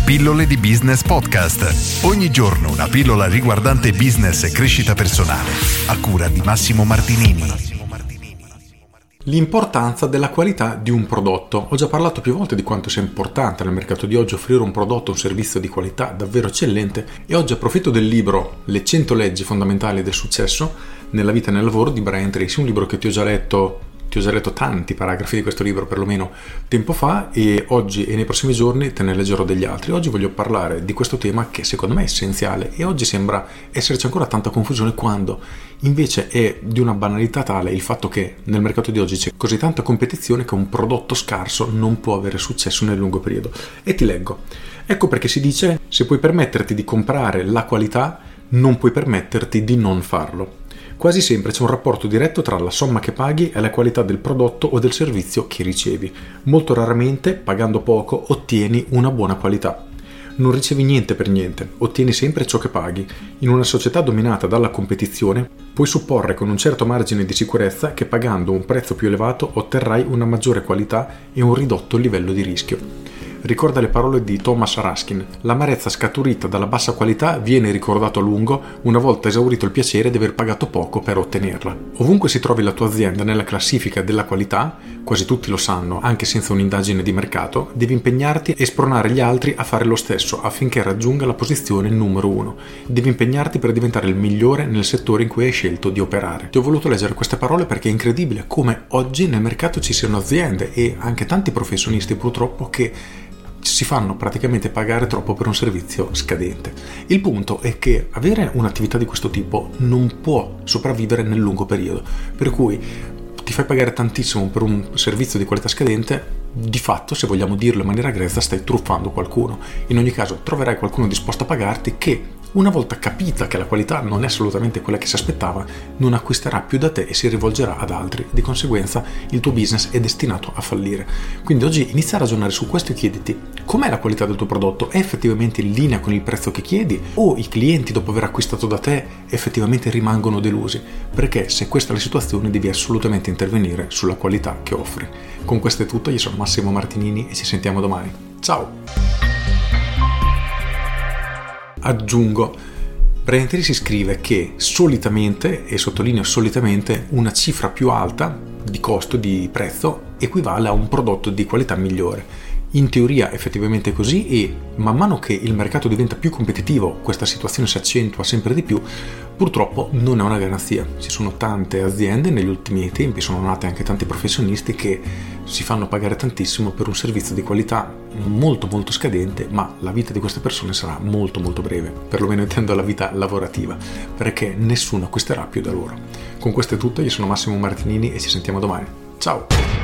Pillole di Business Podcast. Ogni giorno una pillola riguardante business e crescita personale. A cura di Massimo Martinini. L'importanza della qualità di un prodotto. Ho già parlato più volte di quanto sia importante nel mercato di oggi offrire un prodotto o un servizio di qualità davvero eccellente e oggi approfitto del libro Le 100 leggi fondamentali del successo nella vita e nel lavoro di Brian Tracy, un libro che ti ho già letto tanti paragrafi di questo libro perlomeno tempo fa, e oggi e nei prossimi giorni te ne leggerò degli altri. Oggi voglio parlare di questo tema che secondo me è essenziale e oggi sembra esserci ancora tanta confusione, quando invece è di una banalità tale il fatto che nel mercato di oggi c'è così tanta competizione che un prodotto scarso non può avere successo nel lungo periodo. E ti leggo. Ecco perché si dice: se puoi permetterti di comprare la qualità, non puoi permetterti di non farlo. Quasi sempre c'è un rapporto diretto tra la somma che paghi e la qualità del prodotto o del servizio che ricevi. Molto raramente, pagando poco, ottieni una buona qualità. Non ricevi niente per niente, ottieni sempre ciò che paghi. In una società dominata dalla competizione, puoi supporre con un certo margine di sicurezza che pagando un prezzo più elevato otterrai una maggiore qualità e un ridotto livello di rischio. Ricorda le parole di Thomas Ruskin: l'amarezza scaturita dalla bassa qualità viene ricordato a lungo una volta esaurito il piacere di aver pagato poco per ottenerla. Ovunque si trovi la tua azienda nella classifica della qualità, quasi tutti lo sanno anche senza un'indagine di mercato, devi impegnarti e spronare gli altri a fare lo stesso affinché raggiunga la posizione numero 1. Devi impegnarti per diventare il migliore nel settore in cui hai scelto di operare. Ti ho voluto leggere queste parole perché è incredibile come oggi nel mercato ci siano aziende e anche tanti professionisti purtroppo che si fanno praticamente pagare troppo per un servizio scadente. Il punto è che avere un'attività di questo tipo non può sopravvivere nel lungo periodo, per cui ti fai pagare tantissimo per un servizio di qualità scadente. Di fatto, se vogliamo dirlo in maniera grezza, stai truffando qualcuno. In ogni caso troverai qualcuno disposto a pagarti che, una volta capita che la qualità non è assolutamente quella che si aspettava, non acquisterà più da te e si rivolgerà ad altri. Di conseguenza il tuo business è destinato a fallire. Quindi oggi inizia a ragionare su questo e chiediti: com'è la qualità del tuo prodotto? È effettivamente in linea con il prezzo che chiedi? O i clienti, dopo aver acquistato da te, effettivamente rimangono delusi? Perché se questa è la situazione devi assolutamente intervenire sulla qualità che offri. Con questo è tutto, io sono Massimo Martinini e ci sentiamo domani. Ciao! Aggiungo, Brian Tracy scrive che solitamente, e sottolineo solitamente, una cifra più alta di costo, di prezzo, equivale a un prodotto di qualità migliore. In teoria effettivamente è così, e man mano che il mercato diventa più competitivo questa situazione si accentua sempre di più. Purtroppo non è una garanzia. Ci sono tante aziende, negli ultimi tempi sono nati anche tanti professionisti che si fanno pagare tantissimo per un servizio di qualità molto molto scadente, ma la vita di queste persone sarà molto molto breve, perlomeno intendo la vita lavorativa, perché nessuno acquisterà più da loro. Con questo è tutto, io sono Massimo Martinini e ci sentiamo domani. Ciao!